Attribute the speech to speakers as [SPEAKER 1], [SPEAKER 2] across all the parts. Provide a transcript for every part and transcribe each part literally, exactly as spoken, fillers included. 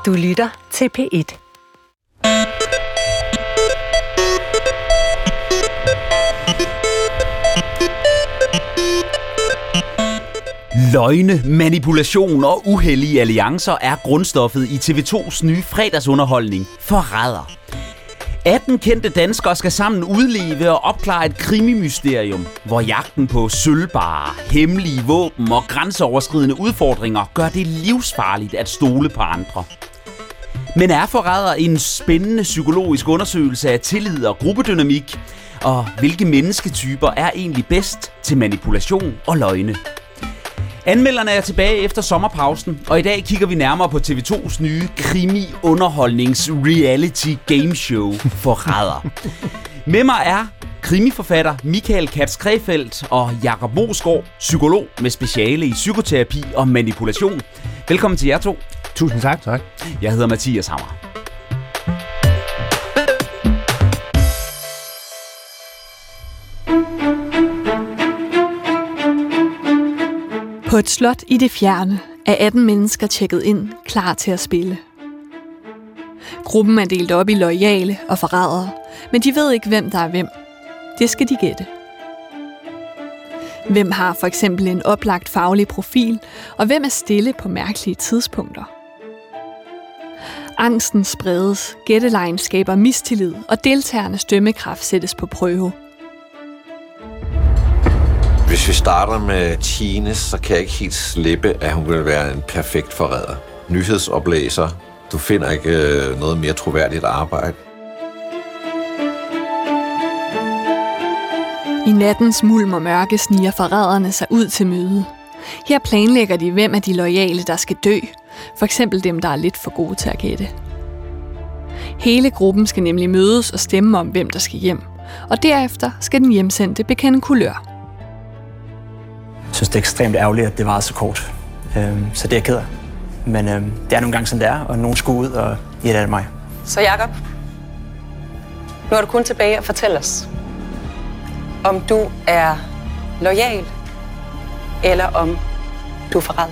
[SPEAKER 1] Du lytter til P et.
[SPEAKER 2] Løgne, manipulation og uheldige alliancer er grundstoffet i T V to's nye fredagsunderholdning Forræder. atten kendte danskere skal sammen udleve og opklare et krimimysterium, hvor jagten på sølvbare, hemmelige våben og grænseoverskridende udfordringer gør det livsfarligt at stole på andre. Men er Forræder en spændende psykologisk undersøgelse af tillid og gruppedynamik, og hvilke mennesketyper er egentlig bedst til manipulation og løgne? Anmelderne er tilbage efter sommerpausen, og i dag kigger vi nærmere på T V to's nye krimi-underholdnings-reality-gameshow Forræder. Med mig er krimiforfatter Michael Katz Krefeld og Jakob Mosgaard, psykolog med speciale i psykoterapi og manipulation. Velkommen til jer to.
[SPEAKER 3] Tusind tak. tak.
[SPEAKER 2] Jeg hedder Mathias Hammer.
[SPEAKER 4] På et slot i det fjerne er atten mennesker tjekket ind, klar til at spille. Gruppen er delt op i loyale og forrædere, men de ved ikke, hvem der er hvem. Det skal de gætte. Hvem har for eksempel en oplagt faglig profil, og hvem er stille på mærkelige tidspunkter? Angsten spredes, gættelejen skaber mistillid, og deltagernes dømmekraft sættes på prøve.
[SPEAKER 5] Hvis vi starter med Tine, så kan jeg ikke helt slippe, at hun vil være en perfekt forræder. Nyhedsoplæser. Du finder ikke øh, noget mere troværdigt arbejde.
[SPEAKER 4] I nattens mulm og mørke sniger forræderne sig ud til møde. Her planlægger de, hvem af de loyale, der skal dø. For eksempel dem, der er lidt for gode til at gætte. Hele gruppen skal nemlig mødes og stemme om, hvem der skal hjem. Og derefter skal den hjemsendte bekende kulør.
[SPEAKER 3] Jeg synes, det er ekstremt ærgerligt, at det varede så kort. Øhm, så det er jeg ked af. Men øhm, det er nogle gange sådan, det er, og nogen skal ud, og i det er det mig.
[SPEAKER 6] Så Jakob, nu er du kun tilbage og fortælle os, om du er loyal, eller om du er forræder.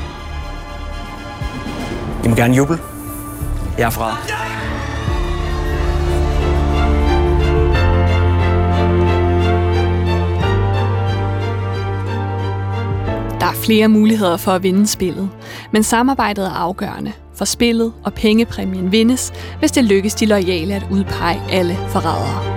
[SPEAKER 3] I må gerne juble. Jeg er forræder.
[SPEAKER 4] Der er flere muligheder for at vinde spillet, men samarbejdet er afgørende, for spillet og pengepræmien vindes, hvis det lykkes de loyale at udpege alle forrædere.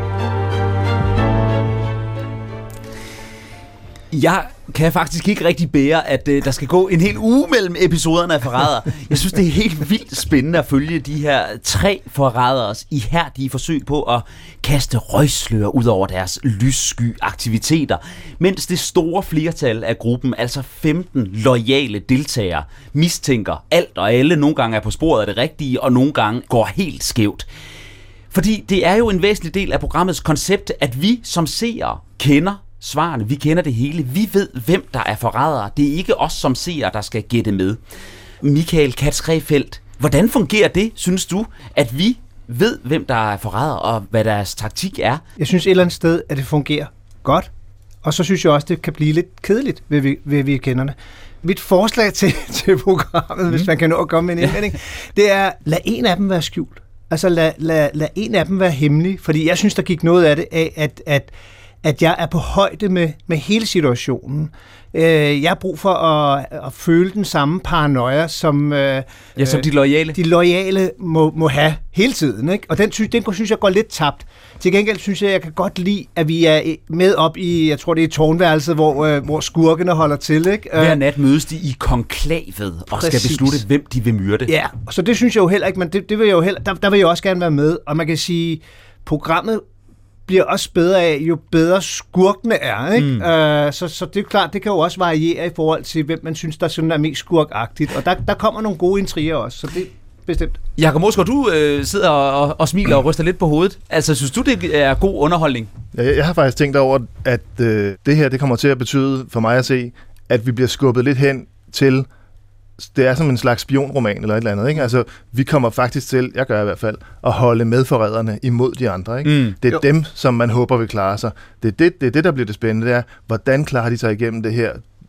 [SPEAKER 2] Jeg kan faktisk ikke rigtig bære, at øh, der skal gå en hel uge mellem episoderne af Forræder. Jeg synes, det er helt vildt spændende at følge de her tre forræderes ihærdige forsøg på at kaste røgslør ud over deres lyssky aktiviteter, mens det store flertal af gruppen, altså femten loyale deltagere, mistænker alt og alle, nogle gange er på sporet af det rigtige, og nogle gange går helt skævt. Fordi det er jo en væsentlig del af programmets koncept, at vi som seere kender svarene. Vi kender det hele. Vi ved, hvem der er forrædere. Det er ikke os som seere, der skal gætte med. Michael Katz Krefeld, hvordan fungerer det, synes du, at vi ved, hvem der er forrædere, og hvad deres taktik er?
[SPEAKER 7] Jeg synes et eller andet sted, at det fungerer godt. Og så synes jeg også, det kan blive lidt kedeligt, ved vi, ved vi kender det. Mit forslag til, til programmet, mm. hvis man kan nå at komme med en indvending, det er, lad en af dem være skjult. Altså lad, lad, lad en af dem være hemmelig. Fordi jeg synes, der gik noget af det af, at, at at jeg er på højde med, med hele situationen. Øh, jeg har brug for at, at føle den samme paranoia, som, øh,
[SPEAKER 2] ja, som de loyale,
[SPEAKER 7] de loyale må, må have hele tiden. Ikke? Og den, den synes jeg går lidt tabt. Til gengæld synes jeg, jeg kan godt lide, at vi er med op i, jeg tror det er tårnværelset, hvor, øh, hvor skurkene holder til. Ikke?
[SPEAKER 2] Hver nat mødes de i konklavet og Præcis. skal beslutte, hvem de vil myrde.
[SPEAKER 7] Ja, så det synes jeg jo heller ikke, men det, det vil jeg jo heller, der, der vil jeg også gerne være med. Og man kan sige, programmet bliver også bedre af, jo bedre skurkene er. Ikke? Mm. Uh, så, så det er klart, det kan jo også variere i forhold til, hvem man synes, der sådan er mest skurkagtigt. Og der, der kommer nogle gode intriger også, så det er bestemt.
[SPEAKER 2] Jakob Mosgaard, du øh, sidder og, og smiler og ryster lidt på hovedet. Altså, synes du, det er god underholdning?
[SPEAKER 8] Jeg, jeg har faktisk tænkt over, at øh, det her det kommer til at betyde, for mig at se, at vi bliver skubbet lidt hen til, det er som en slags spionroman eller et eller andet, ikke? Altså, vi kommer faktisk til, jeg gør i hvert fald, at holde medforræderne imod de andre, ikke? Mm. Det er jo dem, som man håber vil klare sig. Det er det, det er det, der bliver det spændende, det er, hvordan klarer de sig igennem det her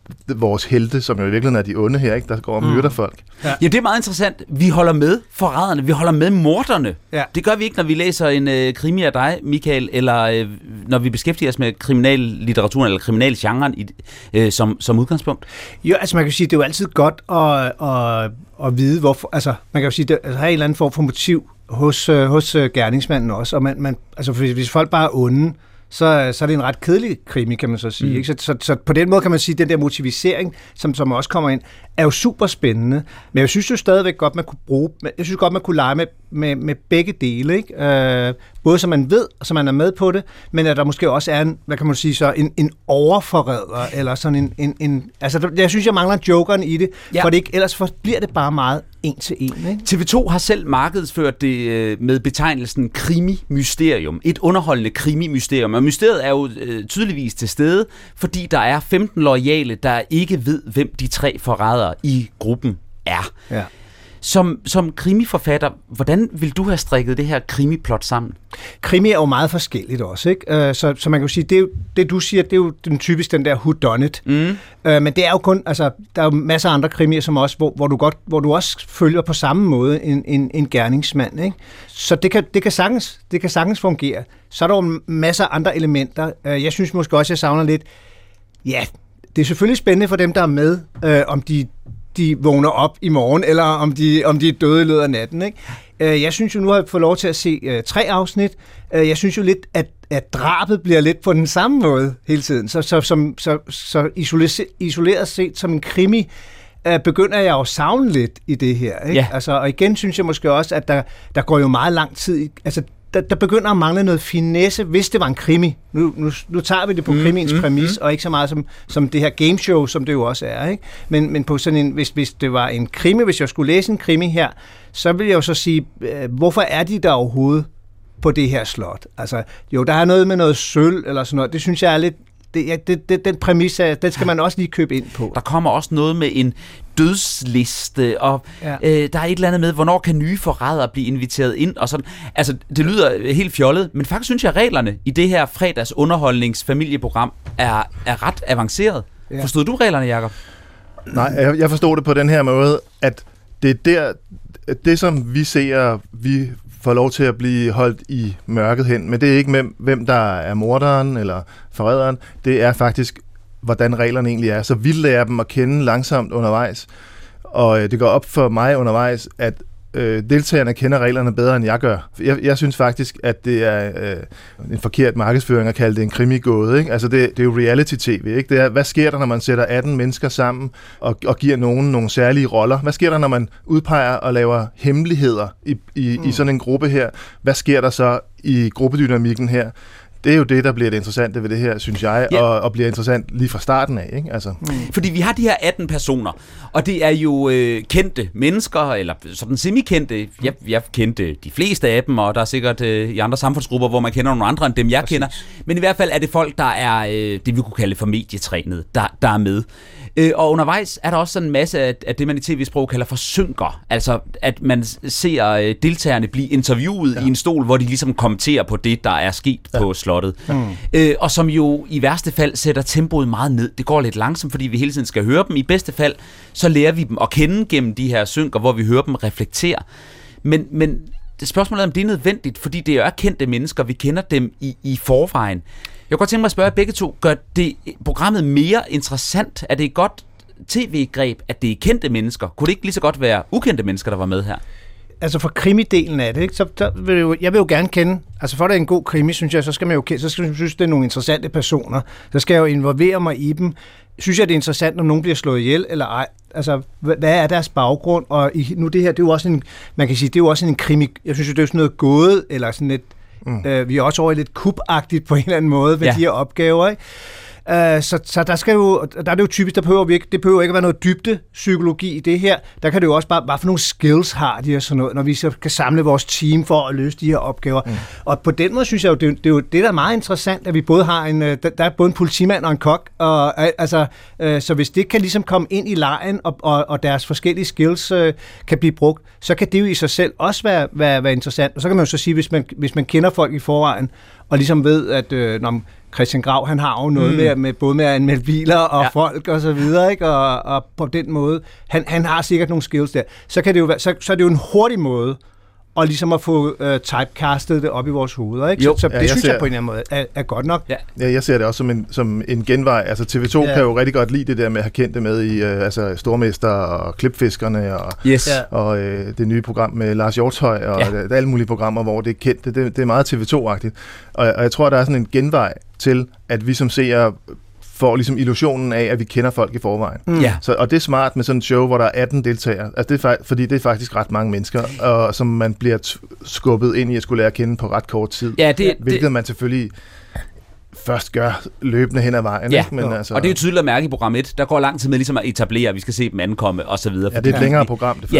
[SPEAKER 8] vores helte, som jo i virkeligheden er de onde her, ikke? Der går og myrder mm. folk.
[SPEAKER 2] Ja. ja, det er meget interessant. Vi holder med forræderne, vi holder med morderne. Ja. Det gør vi ikke, når vi læser en øh, krimi af dig, Michael, eller øh, når vi beskæftiger os med kriminallitteraturen eller kriminalgenren i, øh, som, som udgangspunkt.
[SPEAKER 7] Jo, altså man kan sige, det er jo altid godt at, at, at vide, hvorfor, altså man kan jo sige, det altså, har en eller anden form for motiv hos, øh, hos øh, gerningsmanden også, og man, man, altså hvis, hvis folk bare er onde, Så, så er det en ret kedelig krimi, kan man så sige. Mm. Ikke? Så, så, så på den måde kan man sige, at den der motivisering, som, som også kommer ind, er jo super spændende. Men jeg synes jo stadigvæk godt, man kunne bruge, jeg synes godt, man kunne lege med, med, med begge dele. Ikke? Øh, både så man ved, og så man er med på det, men at der måske også er en, hvad kan man sige, så en, en overforræder, eller sådan en, en, en altså jeg synes, jeg mangler jokeren i det, ja. For det ikke, ellers for bliver det bare meget en til en. Ikke?
[SPEAKER 2] T V to har selv markedsført det med betegnelsen krimi-mysterium. Et underholdende krimi-mysterium. Og mysteriet er jo øh, tydeligvis til stede, fordi der er femten loyale, der ikke ved, hvem de tre forrædere i gruppen er. Ja. Som, som krimiforfatter, hvordan vil du have strikket det her krimiplot sammen?
[SPEAKER 7] Krimi er jo meget forskelligt også, ikke? Så, så man kan jo sige, det, er jo, det du siger, det er jo den typisk den der whodunit. Mm. Men det er jo kun, altså, der er jo masser af andre krimier, som også, hvor, hvor, du godt, hvor du også følger på samme måde en, en, en gerningsmand, ikke? Så det kan, det, kan sagtens, det kan sagtens fungere. Så er der jo masser af andre elementer. Jeg synes måske også, jeg savner lidt, ja, det er selvfølgelig spændende for dem, der er med, øh, om de de vågner op i morgen, eller om de, om de er døde i løbet af natten. Ikke? Jeg synes jo, nu har jeg fået lov til at se uh, tre afsnit. Jeg synes jo lidt, at, at drabet bliver lidt på den samme måde hele tiden. Så, så, som, så, så isoleret, isoleret set som en krimi, uh, begynder jeg jo at savne lidt i det her. Ikke? Ja. Altså, og igen synes jeg måske også, at der, der går jo meget lang tid i, altså Der, der begynder at mangle noget finesse, hvis det var en krimi. Nu, nu, nu tager vi det på mm, krimiens mm, præmis, mm. og ikke så meget som, som det her gameshow, som det jo også er. Ikke? Men, men på sådan en, hvis, hvis det var en krimi, hvis jeg skulle læse en krimi her, så ville jeg jo så sige, øh, hvorfor er de der overhovedet på det her slot? Altså, jo, der er noget med noget sølv eller sådan noget. Det synes jeg er lidt... Det, ja, det, det, den præmis, den skal man også lige købe ind på.
[SPEAKER 2] Der kommer også noget med en dødsliste, og ja. øh, der er et eller andet med, hvornår kan nye forrædere blive inviteret ind, og sådan. Altså, det lyder helt fjollet, men faktisk synes jeg, at reglerne i det her fredags underholdningsfamilieprogram er, er ret avanceret. Ja. Forstod du reglerne, Jacob?
[SPEAKER 8] Nej, jeg, jeg forstod det på den her måde, at det er der, det som vi ser, vi får lov til at blive holdt i mørket hen, men det er ikke med, hvem der er morderen eller forræderen, det er faktisk, hvordan reglerne egentlig er. Så vi lærer dem at kende langsomt undervejs, og det går op for mig undervejs, at øh, deltagerne kender reglerne bedre, end jeg gør. Jeg, jeg synes faktisk, at det er øh, en forkert markedsføring at kalde det en krimigåde. Ikke? Altså det, det er jo reality-tv. Ikke? Det er, hvad sker der, når man sætter atten mennesker sammen og, og giver nogen nogle særlige roller? Hvad sker der, når man udpeger og laver hemmeligheder i, i, mm. i sådan en gruppe her? Hvad sker der så i gruppedynamikken her? Det er jo det, der bliver det interessante ved det her, synes jeg, ja. og, og bliver interessant lige fra starten af. Ikke? Altså.
[SPEAKER 2] Mm. Fordi vi har de her atten personer, og det er jo øh, kendte mennesker, eller sådan semi-kendte. Jeg, jeg kendte de fleste af dem, og der er sikkert øh, i andre samfundsgrupper, hvor man kender nogle andre end dem, jeg Præcis. kender. Men i hvert fald er det folk, der er øh, det, vi kunne kalde for medietrænede, der, der er med. Øh, og undervejs er der også sådan en masse af, af det, man i tv-sprog kalder for synker. Altså, at man ser øh, deltagerne blive interviewet ja. i en stol, hvor de ligesom kommenterer på det, der er sket ja. på slottet. Mm. Øh, og som jo i værste fald sætter tempoet meget ned. Det går lidt langsomt, fordi vi hele tiden skal høre dem. I bedste fald, så lærer vi dem at kende gennem de her synker, hvor vi hører dem reflektere. Men, men det spørgsmålet er, om det er nødvendigt, fordi det er kendte mennesker, vi kender dem i, i forvejen. Jeg kunne godt tænke mig at spørge jer begge to, gør det programmet mere interessant? Er det et godt tv-greb, at det er kendte mennesker? Kunne det ikke lige så godt være ukendte mennesker, der var med her?
[SPEAKER 7] Altså for krimidelen af det, ikke? Så der vil jeg, jo, jeg vil jo gerne kende, altså for at det er en god krimi, synes jeg, så skal man jo kende, så skal jeg synes, det er nogle interessante personer. Så skal jeg jo involvere mig i dem. Synes jeg, det er interessant, når nogen bliver slået ihjel, eller ej? Altså, hvad er deres baggrund? Og i, nu det her, det er jo også en, man kan sige, det er jo også en krimi, jeg synes jo, det er sådan noget gåde, eller sådan lidt, mm. øh, vi er også over i lidt kubagtigt på en eller anden måde, ved ja. de her opgaver, ikke? Uh, så, så der skal jo, der er det jo typisk, der behøver vi ikke, det behøver ikke at være noget dybde psykologi i det her. Der kan det jo også bare, hvad for nogle skills har de og sådan noget, når vi så kan samle vores team for at løse de her opgaver. Mm. Og på den måde synes jeg jo, det, det er jo det, der er meget interessant, at vi både har en, der er både en politimand og en kok, og altså, uh, så hvis det kan ligesom komme ind i lejen, og, og, og deres forskellige skills uh, kan blive brugt, så kan det jo i sig selv også være, være, være interessant. Og så kan man jo så sige, hvis man, hvis man kender folk i forvejen, og ligesom ved, at øh, når, Christian Grau, han har jo noget mm. med, med både med at anmelde biler og ja. folk og så videre, ikke? Og, og på den måde, han, han har sikkert nogle skills der. Så, kan det jo være, så, så er det jo en hurtig måde og ligesom at få uh, typecastet det op i vores hoveder, ikke? Så, så det ja, jeg synes ser, jeg på en eller anden måde er, er godt nok.
[SPEAKER 8] Ja. ja, jeg ser det også som en, som en genvej. Altså T V to ja. kan jo rigtig godt lide det der med at have kendt det med i uh, altså Stormester og Klipfiskerne og,
[SPEAKER 2] yes.
[SPEAKER 8] og uh, det nye program med Lars Hjortshøj og ja. det, alle mulige programmer, hvor det er kendt. Det, det er meget T V to-agtigt. Og, og jeg tror, der er sådan en genvej til, at vi som seere får ligesom illusionen af, at vi kender folk i forvejen.
[SPEAKER 2] Mm. Ja.
[SPEAKER 8] Så, og det er smart med sådan et show, hvor der er atten deltagere. Altså det er, fordi det er faktisk ret mange mennesker, og som man bliver t- skubbet ind i at skulle lære at kende på ret kort tid.
[SPEAKER 2] Ja, det,
[SPEAKER 8] hvilket
[SPEAKER 2] det...
[SPEAKER 8] man selvfølgelig først gør løbende hen ad vejen.
[SPEAKER 2] Ja,
[SPEAKER 8] ikke? Men altså,
[SPEAKER 2] og det er jo tydeligt at mærke i program et. Der går lang tid med ligesom at etablere, at vi skal se dem ankomme, og så videre.
[SPEAKER 8] Ja, det er et længere program. Det
[SPEAKER 2] ja.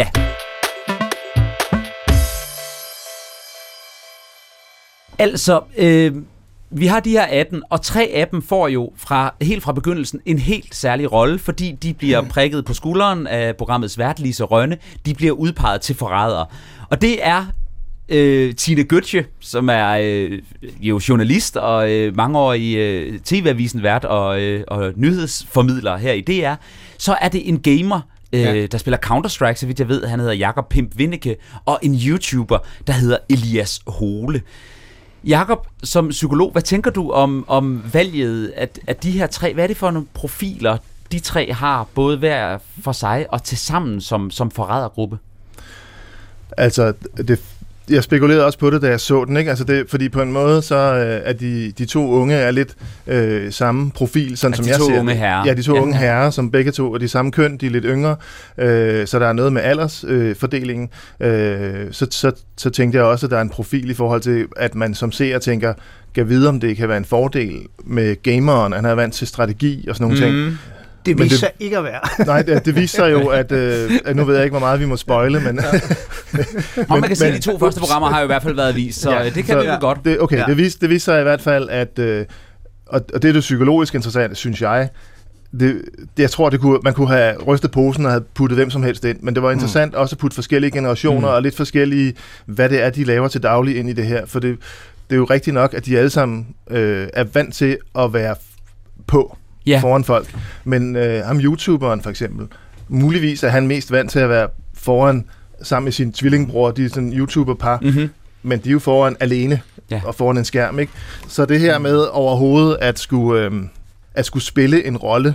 [SPEAKER 2] Altså, øh, vi har de her atten, og tre af dem får jo fra, helt fra begyndelsen en helt særlig rolle, fordi de bliver prikket på skulderen af programmets vært, Lise Rønne. De bliver udpeget til forrædere. Og det er øh, Tine Gøtzsche, som er øh, jo journalist og øh, mangeårig øh, T V-avisen vært og, øh, og nyhedsformidler her i D R. Så er det en gamer, øh, ja. der spiller Counter-Strike, så vidt jeg ved. Han hedder Jakob Pimp Windeke, og en YouTuber, der hedder Elias Hole. Jakob, som psykolog, hvad tænker du om, om valget af, af de her tre? Hvad er det for nogle profiler, de tre har, både hver for sig og tilsammen som, som forrædergruppe?
[SPEAKER 8] Altså, det, jeg spekulerede også på det, da jeg så den, ikke? Altså det, fordi på en måde, så øh, er de, de to unge er lidt øh, samme profil, sådan
[SPEAKER 2] altså
[SPEAKER 8] som
[SPEAKER 2] de
[SPEAKER 8] jeg
[SPEAKER 2] to
[SPEAKER 8] ser unge
[SPEAKER 2] herrer.
[SPEAKER 8] Ja, de to
[SPEAKER 2] ja.
[SPEAKER 8] unge herrer, som begge to er de samme køn, de er lidt yngre, øh, så der er noget med aldersfordelingen. Øh, så, så, så tænkte jeg også, at der er en profil i forhold til, at man som seer tænker, kan vide, om det kan være en fordel med gameren, han er vant til strategi og sådan nogle mm. ting.
[SPEAKER 7] Det viser sig ikke at være.
[SPEAKER 8] Nej, det, det viser sig jo, at, øh, at nu ved jeg ikke, hvor meget vi må spoile, men...
[SPEAKER 2] men og man kan sige, at de to første programmer har jo i hvert fald været vist, så ja, det kan så, vi jo godt.
[SPEAKER 8] Det, okay, ja. det, viser, det viser sig i hvert fald, at... Øh, og, og det er det psykologisk interessant, synes jeg. Det, det, jeg tror, det kunne, man kunne have rystet posen og have puttet hvem som helst ind, men det var interessant mm. også at putte forskellige generationer mm. og lidt forskellige, hvad det er, de laver til daglig ind i det her, for det, det er jo rigtigt nok, at de alle sammen øh, er vant til at være på. Yeah. foran folk. Men øh, ham YouTuberen for eksempel, muligvis er han mest vant til at være foran sammen med sin tvillingbror, de er sådan YouTuber-par, mm-hmm. men de er jo foran alene yeah. og foran en skærm, ikke? Så det her med overhovedet at skulle, øh, at skulle spille en rolle,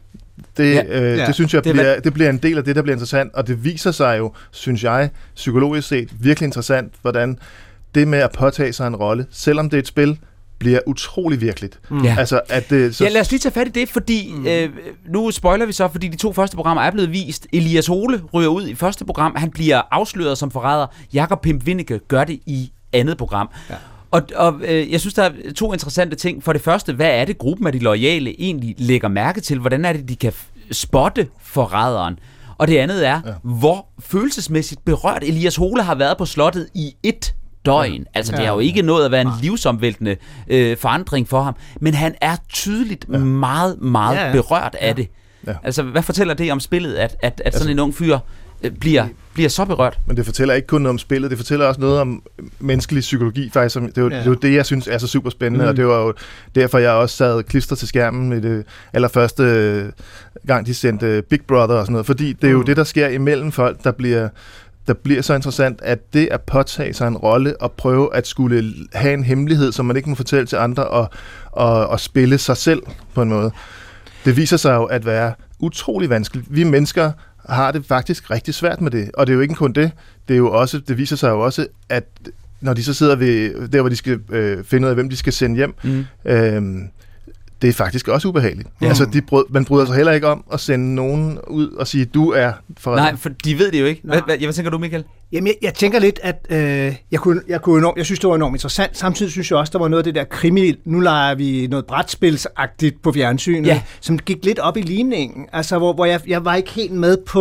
[SPEAKER 8] det, ja. øh, ja. det synes jeg det bliver, det bliver en del af det, der bliver interessant, og det viser sig jo, synes jeg, psykologisk set virkelig interessant, hvordan det med at påtage sig en rolle, selvom det er et spil, bliver utrolig virkeligt. Mm. Ja. Altså, at det, så...
[SPEAKER 2] ja, lad os lige tage fat i det, fordi mm. øh, nu spoiler vi så, fordi de to første programmer er blevet vist. Elias Hole ryger ud i første program, han bliver afsløret som forræder. Jakob Pimp Windeke gør det i andet program. Ja. Og, og øh, jeg synes, der er to interessante ting. For det første, hvad er det, gruppen af de loyale egentlig lægger mærke til? Hvordan er det, de kan spotte forræderen? Og det andet er, ja. hvor følelsesmæssigt berørt Elias Hole har været på slottet i et døgn. Altså, det har jo ikke nået at være en livsomvæltende øh, forandring for ham, men han er tydeligt ja. meget, meget ja, ja. berørt af ja. det. Ja. Altså, hvad fortæller det om spillet, at, at, at altså, sådan en ung fyr øh, bliver, bliver så berørt?
[SPEAKER 8] Men det fortæller ikke kun noget om spillet, det fortæller også noget om menneskelig psykologi, faktisk. Det er jo, ja. det, er jo det, jeg synes er så super spændende, mm. og det var jo derfor, jeg også sad klister til skærmen i det allerførste gang, de sendte Big Brother og sådan noget, fordi det er jo mm. det, der sker imellem folk, der bliver der bliver så interessant, at det at påtage sig en rolle og prøve at skulle have en hemmelighed, som man ikke må fortælle til andre, og, og, og spille sig selv på en måde. Det viser sig jo at være utrolig vanskeligt. Vi mennesker har det faktisk rigtig svært med det, og det er jo ikke kun det. Det, er jo også, det viser sig jo også, at når de så sidder ved, der, hvor de skal øh, finde ud af, hvem de skal sende hjem, mm. øh, det er faktisk også ubehageligt. Ja. Altså, de brød, man bryder sig heller ikke om at sende nogen ud og sige, du er forræder.
[SPEAKER 2] Nej, for de ved det jo ikke. Hvad, hvad, hvad tænker du, Michael?
[SPEAKER 7] Jamen, jeg, jeg tænker lidt, at øh, jeg, kunne, jeg, kunne enormt, jeg synes, det var enormt interessant. Samtidig synes jeg også, der var noget af det der krimi. Nu leger vi noget brætspilsagtigt på fjernsynet, ja. som gik lidt op i limningen. Altså, hvor, hvor jeg, jeg var ikke helt med på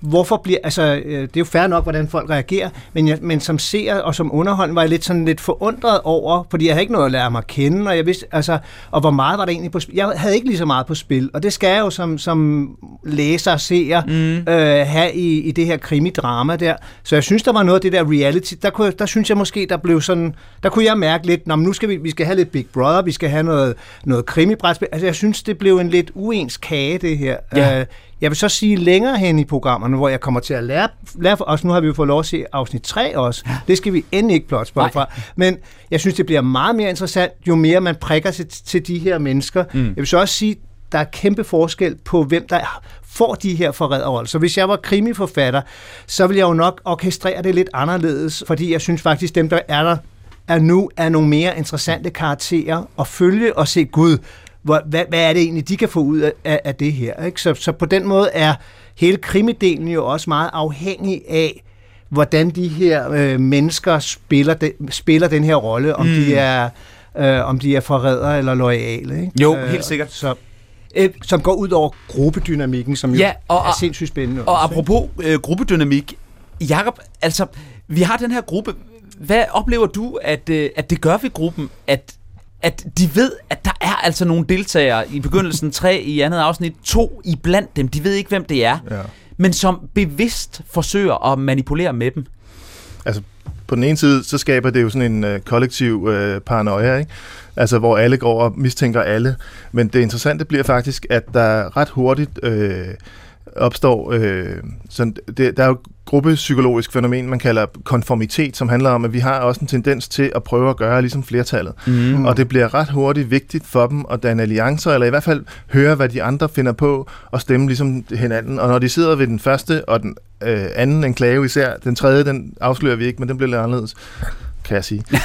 [SPEAKER 7] hvorfor bliver, altså, øh, det er jo fair nok, hvordan folk reagerer, men, jeg, men som seer og som underholdning var jeg lidt sådan lidt forundret over, fordi jeg havde ikke noget at lære mig at kende, og jeg vidste, altså, og hvor meget var det egentlig på spil. Jeg havde ikke lige så meget på spil, og det skal jeg jo som, som læser og seer mm. øh, have i, i det her krimidrama der. Så jeg synes, der var noget af det der reality, der, kunne, der synes jeg måske, der blev sådan, der kunne jeg mærke lidt, nå, nu skal vi, vi skal have lidt Big Brother, vi skal have noget, noget krimibrætspil. Altså, jeg synes, det blev en lidt uens kage, det her. Ja. Øh, Jeg vil så sige længere hen i programmerne, hvor jeg kommer til at lære, lære for os. Nu har vi jo fået lov at se afsnit tre også. Det skal vi endelig ikke plotspørge fra. Men jeg synes, det bliver meget mere interessant, jo mere man prikker til, til de her mennesker. Mm. Jeg vil så også sige, der er kæmpe forskel på, hvem der får de her forræderroller. Så hvis jeg var krimiforfatter, så ville jeg jo nok orkestrere det lidt anderledes, fordi jeg synes faktisk, dem der er der, er nu er nogle mere interessante karakterer at følge og se, gud, Hvad, hvad er det egentlig, de kan få ud af, af det her? Ikke? Så, så på den måde er hele krimidelen jo også meget afhængig af, hvordan de her øh, mennesker spiller, de, spiller den her rolle, om, mm. de er, øh, om de er forrædere eller loyale. Ikke?
[SPEAKER 2] Jo, øh, helt sikkert.
[SPEAKER 7] Så, øh, som går ud over gruppedynamikken, som
[SPEAKER 2] ja,
[SPEAKER 7] jo
[SPEAKER 2] og,
[SPEAKER 7] er sindssygt spændende.
[SPEAKER 2] Og
[SPEAKER 7] også,
[SPEAKER 2] apropos øh, gruppedynamik, Jakob, altså, vi har den her gruppe. Hvad oplever du, at, øh, at det gør ved gruppen, at at de ved, at der er altså nogle deltagere i begyndelsen, tre i andet afsnit, to i blandt dem, de ved ikke, hvem det er, ja. men som bevidst forsøger at manipulere med dem?
[SPEAKER 8] Altså, på den ene side, så skaber det jo sådan en øh, kollektiv øh, paranoia, ikke? Altså, hvor alle går og mistænker alle. Men det interessante bliver faktisk, at der ret hurtigt øh, opstår øh, sådan, det, der er jo gruppepsykologisk fænomen, man kalder konformitet, som handler om, at vi har også en tendens til at prøve at gøre ligesom flertallet. Mm. Og det bliver ret hurtigt vigtigt for dem at danne alliancer, eller i hvert fald høre, hvad de andre finder på, og stemme ligesom hinanden. Og når de sidder ved den første og den øh, anden enklave især, den tredje, den afslører vi ikke, men den bliver lidt anderledes, kan jeg sige.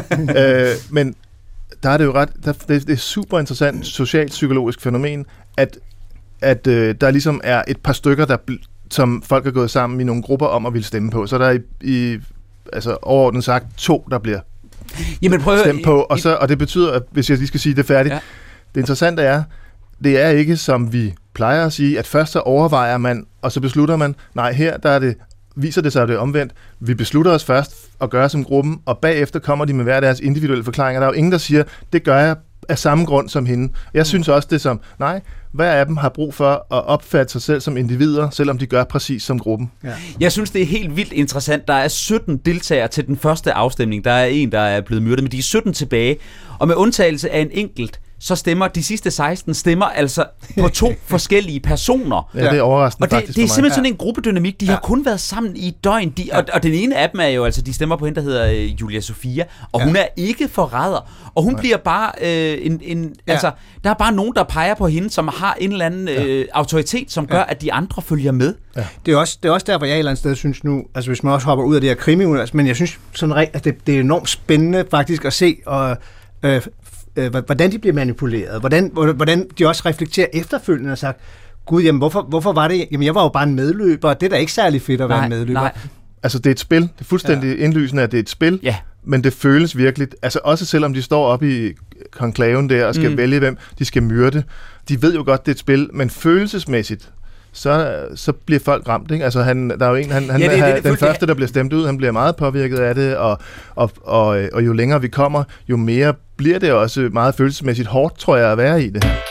[SPEAKER 8] øh, men der er det jo ret, der, det, det er super interessant socialt-psykologisk fænomen, at at øh, der ligesom er et par stykker, der som folk er gået sammen i nogle grupper om at ville stemme på. Så der er i, i altså overordnet sagt to, der bliver
[SPEAKER 2] Jamen, prøv at
[SPEAKER 8] stemt på, og, så, og det betyder, at hvis jeg lige skal sige det færdigt, ja. Det interessante er, det er ikke som vi plejer at sige, at først så overvejer man, og så beslutter man, nej, her der er det, viser det sig, at det er omvendt. Vi beslutter os først at gøre som gruppen, og bagefter kommer de med hver deres individuelle forklaringer. Der er jo ingen, der siger, det gør jeg af samme grund som hende. Jeg synes også, det er som, nej, hver af dem har brug for at opfatte sig selv som individer, selvom de gør præcis som gruppen.
[SPEAKER 2] Ja. Jeg synes, det er helt vildt interessant. Der er sytten deltagere til den første afstemning. Der er en, der er blevet myrdet, men de er sytten tilbage. Og med undtagelse af en enkelt, så stemmer de sidste seksten stemmer altså på to forskellige personer.
[SPEAKER 8] Ja, det er overraskende
[SPEAKER 2] og det,
[SPEAKER 8] faktisk
[SPEAKER 2] det er
[SPEAKER 8] for mig.
[SPEAKER 2] simpelthen sådan en gruppedynamik. De ja. har kun været sammen i et døgn. De, og, og den ene af dem er jo altså, de stemmer på hende, der hedder øh, Julia Sofia, og ja. hun er ikke forræder. Og hun Nej. bliver bare øh, en, en ja. altså, der er bare nogen, der peger på hende, som har en eller anden øh, ja. autoritet, som gør, ja. at de andre følger med.
[SPEAKER 7] Ja. Det er også det er også der, hvor jeg et eller andet sted synes nu, altså hvis man også hopper ud af det her krimi-univers, men jeg synes sådan at det, det er enormt spændende faktisk at se og øh, hvordan de bliver manipuleret, hvordan, hvordan de også reflekterer efterfølgende og sagt, gud, jamen hvorfor, hvorfor var det, jamen jeg var jo bare en medløber, og det er da ikke særlig fedt at nej, være en medløber. Nej.
[SPEAKER 8] Altså det er et spil, det er fuldstændig ja. indlysende, at det er et spil, ja. men det føles virkelig, altså også selvom de står oppe i konklaven der og skal mm. vælge, hvem de skal myrde, de ved jo godt, det er et spil, men følelsesmæssigt, så, så bliver folk ramt, ikke? Altså han, der er jo en, han, han
[SPEAKER 2] ja, det, det, det,
[SPEAKER 8] den første, der bliver stemt ud, han bliver meget påvirket af det, og, og, og, og jo længere vi kommer, jo mere bliver det også meget følelsesmæssigt hårdt, tror jeg, at være i det her.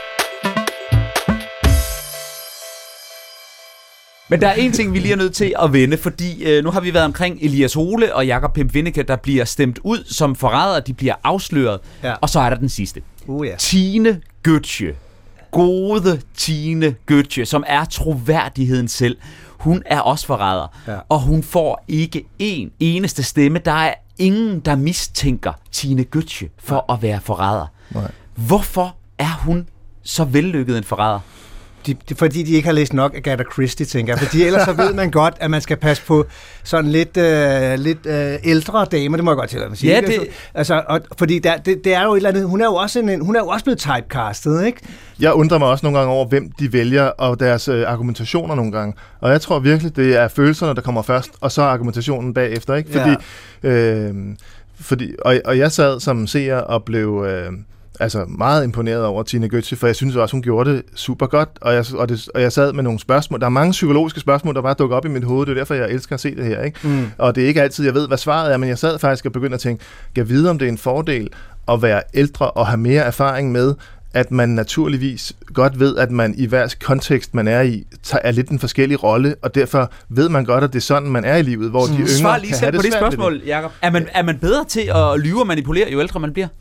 [SPEAKER 2] Men der er en ting, vi lige er nødt til at vende, fordi øh, nu har vi været omkring Elias Ole og Jakob Pimp-Venneke, der bliver stemt ud som forrædere, de bliver afsløret, ja. og så er der den sidste.
[SPEAKER 7] Uh, ja.
[SPEAKER 2] Tine Götzsche. Gode Tine Götzsche, som er troværdigheden selv. Hun er også forræder, ja. og hun får ikke en eneste stemme. Der er ingen, der mistænker Tine Götzsche for Nej. at være forræder. Nej. Hvorfor er hun så vellykket en forræder?
[SPEAKER 7] De, de, fordi de ikke har læst nok Agatha Christie, tænker jeg. Fordi ellers så ved man godt, at man skal passe på sådan lidt, øh, lidt øh, ældre damer, det må jeg godt tillade mig at sige.
[SPEAKER 2] Ja, det...
[SPEAKER 7] altså, og, fordi der, det, det er jo et eller andet, hun er jo også, en, hun er jo også blevet typecastet, ikke?
[SPEAKER 8] Jeg undrer mig også nogle gange over, hvem de vælger, og deres øh, argumentationer nogle gange. Og jeg tror virkelig, det er følelserne, der kommer først, og så argumentationen bagefter, ikke? Fordi, ja. øh, fordi og, og jeg sad som seer og blev... Øh, altså meget imponeret over Tina Götze, for jeg synes også, hun gjorde det super godt, og jeg, og, det, og jeg sad med nogle spørgsmål. Der er mange psykologiske spørgsmål, der bare dukker op i mit hoved. Det er derfor, jeg elsker at se det her. Ikke? Mm. Og det er ikke altid, jeg ved, hvad svaret er, men jeg sad faktisk og begyndte at tænke, kan jeg vide, om det er en fordel at være ældre og have mere erfaring med, at man naturligvis godt ved, at man i hver kontekst, man er i, er lidt en forskellig rolle, og derfor ved man godt, at det er sådan, man er i livet, hvor de yngre
[SPEAKER 2] Svar lige
[SPEAKER 8] kan
[SPEAKER 2] selv
[SPEAKER 8] have
[SPEAKER 2] på
[SPEAKER 8] det
[SPEAKER 2] det
[SPEAKER 8] svært
[SPEAKER 2] spørgsmål, Jacob. Er man, er man bedre til at lyve og manipulere, jo ældre man bliver?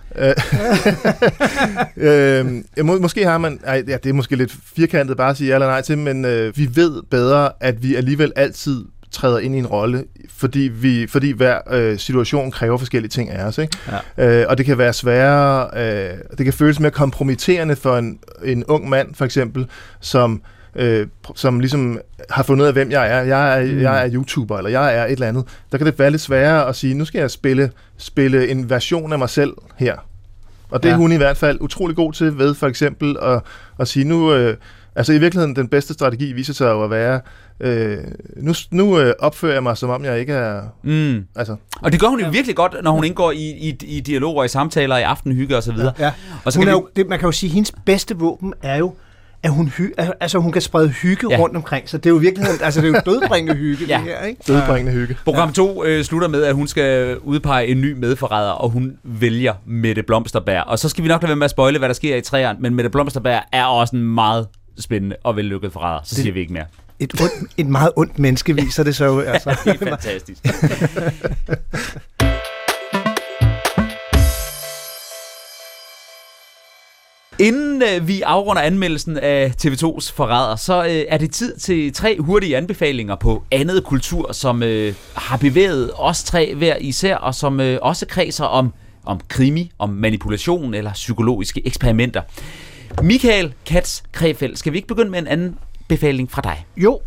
[SPEAKER 8] øh, må, måske har man, ej, ja, det er måske lidt firkantet bare at sige ja eller nej til, men øh, vi ved bedre, at vi alligevel altid træder ind i en rolle, fordi, vi, fordi hver øh, situation kræver forskellige ting af os. Ikke? Ja. Øh, og det kan være sværere, øh, det kan føles mere kompromitterende for en, en ung mand, for eksempel, som, øh, som ligesom har fundet ud af, hvem jeg er. Jeg er, mm. jeg er YouTuber, eller jeg er et eller andet. Der kan det være lidt sværere at sige, nu skal jeg spille, spille en version af mig selv her. Og det ja. er hun i hvert fald utrolig god til ved, for eksempel, at, at sige, nu... Øh, altså i virkeligheden, den bedste strategi viser sig jo at være, øh, nu, nu øh, opfører jeg mig, som om jeg ikke er...
[SPEAKER 2] Mm.
[SPEAKER 8] Altså.
[SPEAKER 2] Og det gør hun jo virkelig godt, når hun indgår i, i, i dialoger, i samtaler, i aftenhygge og så videre.
[SPEAKER 7] Ja.
[SPEAKER 2] Og så
[SPEAKER 7] hun
[SPEAKER 2] kan
[SPEAKER 7] er
[SPEAKER 2] vi...
[SPEAKER 7] jo, det, man kan jo sige, at hendes bedste våben er jo, at hun, hy, altså, hun kan sprede hygge ja. rundt omkring. Så det er jo virkelig, altså det er jo dødbringende hygge, ja. det her, ikke?
[SPEAKER 8] Dødbringende hygge.
[SPEAKER 2] Program to øh, slutter med, at hun skal udpege en ny medforræder, og hun vælger Mette Blomsterberg. Og så skal vi nok lade være med at spoile, hvad der sker i træerne, men Mette Blomsterberg er også en meget spændende og vellykket forræder. Så det, siger vi ikke mere.
[SPEAKER 7] Et, ondt, et meget ondt menneske viser det så jo. Altså.
[SPEAKER 2] Det er fantastisk. Inden øh, vi afrunder anmeldelsen af T V to's Forræder, så øh, er det tid til tre hurtige anbefalinger på andet kultur, som øh, har bevæget os tre hver især, og som øh, også kredser om, om krimi, om manipulation eller psykologiske eksperimenter. Michael Katz Krefeld, skal vi ikke begynde med en anden befaling fra dig?
[SPEAKER 7] Jo,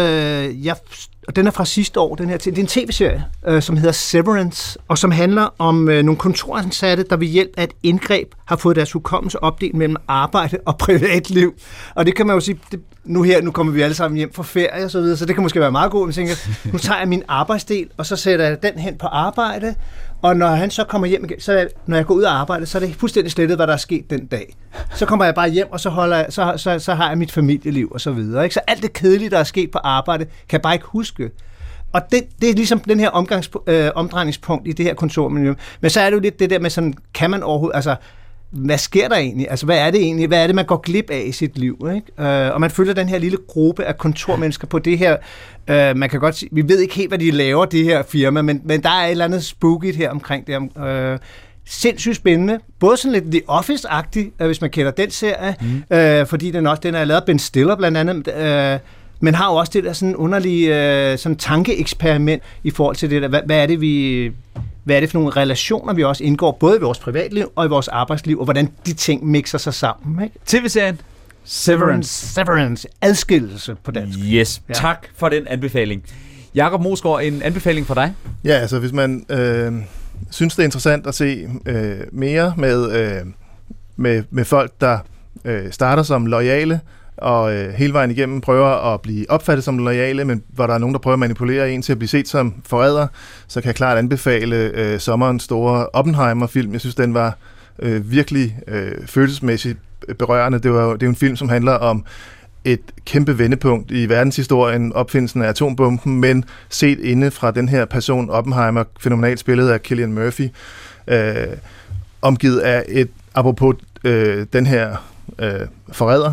[SPEAKER 7] øh, jeg, den er fra sidste år. Den her, det er en tv-serie, øh, som hedder Severance, og som handler om øh, nogle kontoransatte, der ved hjælp af et indgreb har fået deres hukommelse opdelt mellem arbejde og privatliv. Og det kan man jo sige, det, nu her, nu kommer vi alle sammen hjem fra ferie og så videre, så det kan måske være meget godt, men tænker, nu tager jeg min arbejdsdel, og så sætter jeg den hen på arbejde, og når han så kommer hjem igen, så når jeg går ud af arbejde, så er det fuldstændig slettet, hvad der er sket den dag. Så kommer jeg bare hjem, og så, holder jeg, så, så, så har jeg mit familieliv og så videre. Ikke? Så alt det kedelige, der er sket på arbejde, kan jeg bare ikke huske. Og det, det er ligesom den her omgangs, øh, omdrejningspunkt i det her kontormiljø. Men så er det jo lidt det der med sådan, kan man overhovedet, altså, hvad sker der egentlig? Altså, hvad er det egentlig? Hvad er det, man går glip af i sit liv? Ikke? Øh, og man følger den her lille gruppe af kontormennesker på det her. Øh, man kan godt sige, vi ved ikke helt, hvad de laver, det her firma, men, men der er et eller andet spooky her omkring det. Øh, sindssygt spændende. Både sådan lidt The Office-agtig, øh, hvis man kender den serie, mm. øh, fordi den også den er lavet af Ben Stiller blandt andet, øh, men har jo også det der sådan underlige øh, sådan tankeeksperiment i forhold til det der. Hvad, hvad er det, vi... Hvad er det for nogle relationer, vi også indgår, både i vores privatliv og i vores arbejdsliv, og hvordan de ting mixer sig sammen. Ikke?
[SPEAKER 2] T V-serien Severance.
[SPEAKER 7] Severance. Adskillelse på dansk.
[SPEAKER 2] Yes. Ja. Tak for den anbefaling. Jakob Mosgaard, en anbefaling for dig?
[SPEAKER 8] Ja, altså hvis man øh, synes, det er interessant at se øh, mere med, øh, med, med folk, der øh, starter som loyale, og øh, hele vejen igennem prøver at blive opfattet som loyale, men hvor der er nogen, der prøver at manipulere en til at blive set som forræder, så kan jeg klart anbefale øh, sommerens store Oppenheimer-film. Jeg synes, den var øh, virkelig øh, følelsesmæssigt berørende. Det, var, det er jo en film, som handler om et kæmpe vendepunkt i verdenshistorien, opfindelsen af atombomben, men set inde fra den her person, Oppenheimer, fænomenalt spillet af Cillian Murphy, øh, omgivet af et, apropos øh, den her Øh, forræder,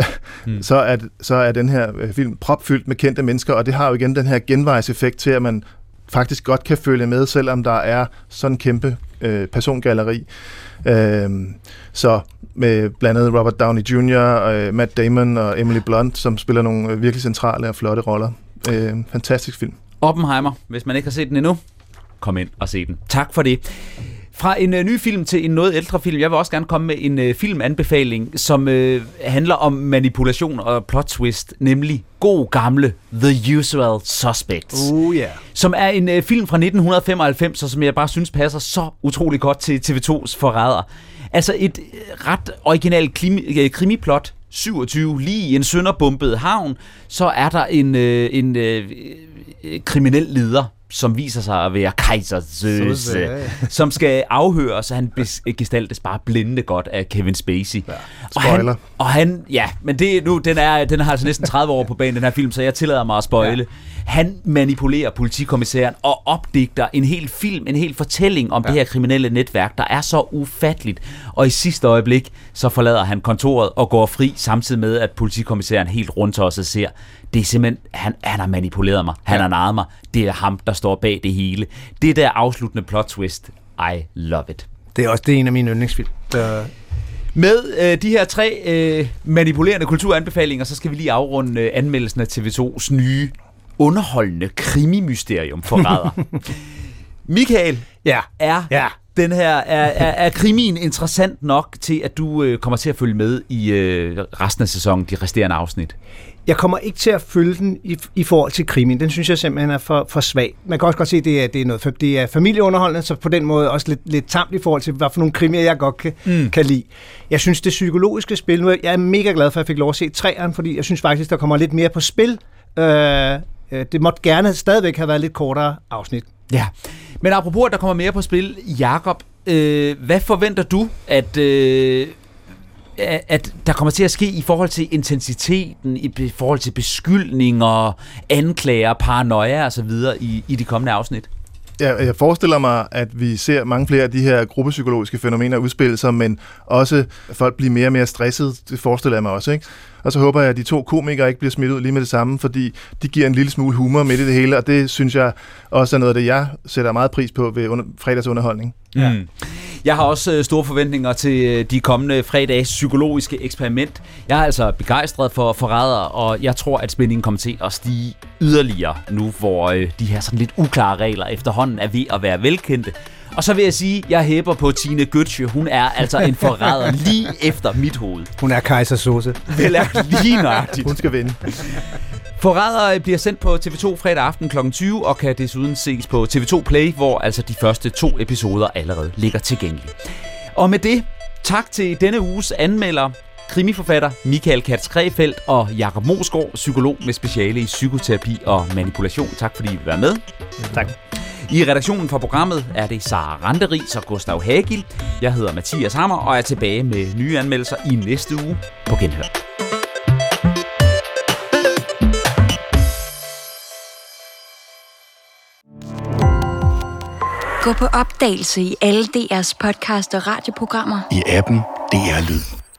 [SPEAKER 8] mm. så, er, så er den her øh, film propfyldt med kendte mennesker, og det har jo igen den her genvejseffekt til, at man faktisk godt kan følge med, selvom der er sådan en kæmpe øh, persongalleri. Øh, så med blandt andet Robert Downey junior, øh, Matt Damon og Emily Blunt, som spiller nogle øh, virkelig centrale og flotte roller. Øh, fantastisk film.
[SPEAKER 2] Oppenheimer, hvis man ikke har set den endnu, kom ind og se den. Tak for det. Fra en øh, ny film til en noget ældre film. Jeg vil også gerne komme med en øh, filmanbefaling, som øh, handler om manipulation og plot twist, nemlig god gamle The Usual Suspects.
[SPEAKER 7] Oh yeah. Som
[SPEAKER 2] er en øh, film fra nitten femoghalvfems, og som jeg bare synes passer så utrolig godt til T V to's Forræder. Altså et øh, ret originalt krimi, øh, krimiplot. syvogtyve lige i en sønderbumpet havn, så er der en, øh, en øh, kriminel leder, som viser sig at være Kaiser Söze, som skal afhøres, så han gestaltes bare blindende godt af Kevin Spacey. Ja, og han, og han, ja, men det nu, den, er, den har altså næsten tredive år på banen, den her film, så jeg tillader mig at spoile. Ja. Han manipulerer politikommissæren og opdigter en hel film, en hel fortælling om ja. det her kriminelle netværk, der er så ufatteligt. Og i sidste øjeblik, så forlader han kontoret og går fri, samtidig med, at politikommissæren helt rundt også ser, det er simpelthen, han, han har manipuleret mig, han ja. har narret mig, det er ham, der står bag det hele. Det der afsluttende plot twist, I love it.
[SPEAKER 7] Det er også det er en af mine yndlingsfilm. Der...
[SPEAKER 2] Med øh, de her tre øh, manipulerende kulturanbefalinger, så skal vi lige afrunde øh, anmeldelsen af T V to's nye underholdende krimimysterium Forræder. Michael,
[SPEAKER 7] ja.
[SPEAKER 2] er
[SPEAKER 7] ja.
[SPEAKER 2] den her er, er, er krimien interessant nok til, at du øh, kommer til at følge med i øh, resten af sæsonen, de resterende afsnit?
[SPEAKER 7] Jeg kommer ikke til at følge den i, i forhold til krimien. Den synes jeg simpelthen er for, for svag. Man kan også godt se, at det er, det er noget, for det er familieunderholdende, så på den måde også lidt, lidt tamt i forhold til, hvad for nogle krimier jeg godt kan, mm. kan lide. Jeg synes, det psykologiske spil, nu er jeg er mega glad for, at jeg fik lov at se træeren, fordi jeg synes faktisk, der kommer lidt mere på spil. Øh, det måtte gerne stadigvæk have været lidt kortere afsnit.
[SPEAKER 2] Ja, men apropos, at der kommer mere på spil, Jakob, øh, hvad forventer du, at... Øh at der kommer til at ske i forhold til intensiteten, i forhold til beskyldninger, anklager, paranoia og så videre i, i de kommende afsnit?
[SPEAKER 8] Ja, jeg forestiller mig, at vi ser mange flere af de her gruppepsykologiske fænomener udspille sig, men også at folk bliver mere og mere stresset. Det forestiller jeg mig også, ikke? Og så håber jeg, at de to komikere ikke bliver smidt ud lige med det samme, fordi de giver en lille smule humor midt i det hele, og det synes jeg også er noget af det, jeg sætter meget pris på ved under, fredagsunderholdning.
[SPEAKER 2] Ja. Mm. Jeg har også store forventninger til de kommende fredags psykologiske eksperiment. Jeg er altså begejstret for Forræder, og jeg tror, at spændingen kommer til at stige yderligere nu, hvor de her sådan lidt uklare regler efterhånden er ved at være velkendte. Og så vil jeg sige, at jeg hæpper på Tine Götzsche. Hun er altså en forræder lige efter mit hoved.
[SPEAKER 7] Hun er Kaiser Söze.
[SPEAKER 2] Vel er lige nøjagtigt.
[SPEAKER 8] Hun skal vinde.
[SPEAKER 2] Forræder bliver sendt på T V to fredag aften klokken tyve og kan desuden ses på T V to Play, hvor altså de første to episoder allerede ligger tilgængelige. Og med det, tak til denne uges anmelder, krimiforfatter Michael Katz-Krefeld og Jakob Mosgaard, psykolog med speciale i psykoterapi og manipulation. Tak fordi I vil være med.
[SPEAKER 7] Tak.
[SPEAKER 2] I redaktionen for programmet er det Sara Randeris og Gustav Hagil. Jeg hedder Mathias Hammer og er tilbage med nye anmeldelser i næste uge på Genhør.
[SPEAKER 1] Gå på opdagelse i alle D R's podcast og radioprogrammer.
[SPEAKER 9] I appen D R Lyd.